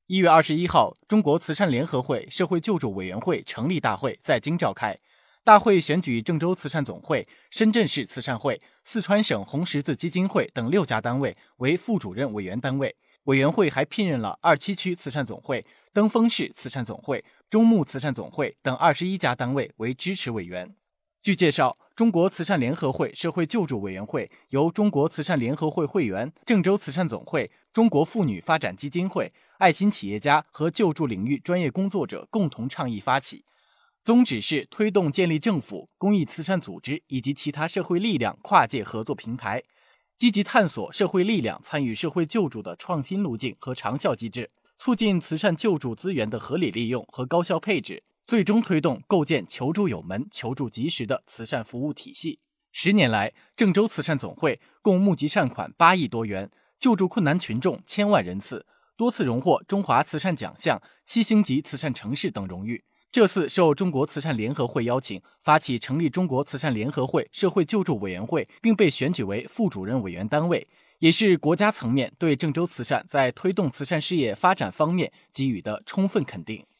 1月21号，中国慈善联合会社会救助委员会成立大会在京召开。大会选举郑州慈善总会、深圳市慈善会、四川省红十字基金会等6家单位为副主任委员单位。委员会还聘任了27区慈善总会、登封市慈善总会、中牧慈善总会等21家单位为支持委员。据介绍，中国慈善联合会社会救助委员会由中国慈善联合会会员、郑州慈善总会、中国妇女发展基金会、爱心企业家和救助领域专业工作者共同倡议发起，宗旨是推动建立政府、公益慈善组织以及其他社会力量跨界合作平台，积极探索社会力量参与社会救助的创新路径和长效机制，促进慈善救助资源的合理利用和高效配置，最终推动构建求助有门、求助及时的慈善服务体系。10年来，郑州慈善总会共募集善款8亿多元，救助困难群众1000万人次，多次荣获中华慈善奖项、7星级慈善城市等荣誉。这次受中国慈善联合会邀请，发起成立中国慈善联合会社会救助委员会，并被选举为副主任委员单位，也是国家层面对郑州慈善在推动慈善事业发展方面给予的充分肯定。